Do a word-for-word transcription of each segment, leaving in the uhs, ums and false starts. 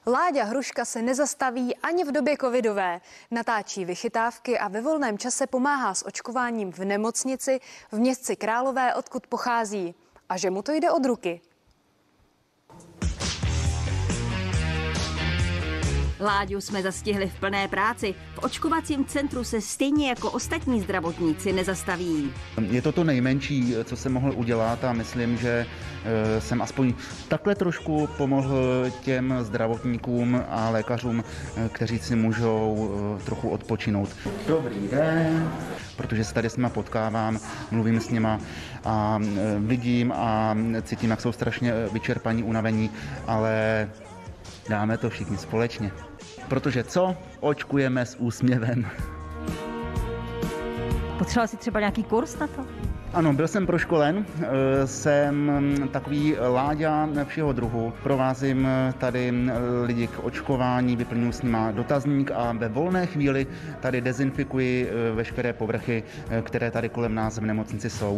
Láďa Hruška se nezastaví ani v době covidové. Natáčí vychytávky a ve volném čase pomáhá s očkováním v nemocnici v městci Králové, odkud pochází. A že mu to jde od ruky. Láďu jsme zastihli v plné práci. V očkovacím centru se stejně jako ostatní zdravotníci nezastaví. Je to to nejmenší, co jsem mohl udělat a myslím, že jsem aspoň takhle trošku pomohl těm zdravotníkům a lékařům, kteří si můžou trochu odpočinout. Dobrý den, protože se tady s nima potkávám, mluvím s nima a vidím a cítím, jak jsou strašně vyčerpaní, unavení, ale dáme to všichni společně. Protože co? Očkujeme s úsměvem. Potřeboval jsi třeba nějaký kurz na to? Ano, byl jsem proškolen, jsem takový Láďa všeho druhu. Provázím tady lidi k očkování, vyplňuji s nima dotazník a ve volné chvíli tady dezinfikuji veškeré povrchy, které tady kolem nás v nemocnici jsou.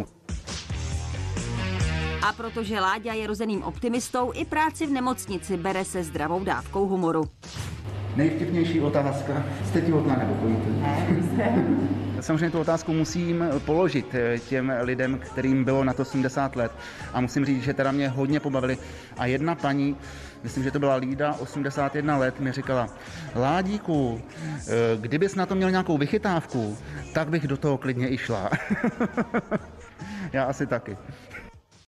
A protože Láďa je rozeným optimistou, i práci v nemocnici bere se zdravou dávkou humoru. Nejvtipnější otázka. Jste těhotná nebo pojíte? Ne, Samozřejmě tu otázku musím položit těm lidem, kterým bylo nad osmdesát let. A musím říct, že teda mě hodně pobavili. A jedna paní, myslím, že to byla Lída, osmdesát jedna let, mi říkala: Ládíku, kdybys na to měl nějakou vychytávku, tak bych do toho klidně i šla. Já asi taky.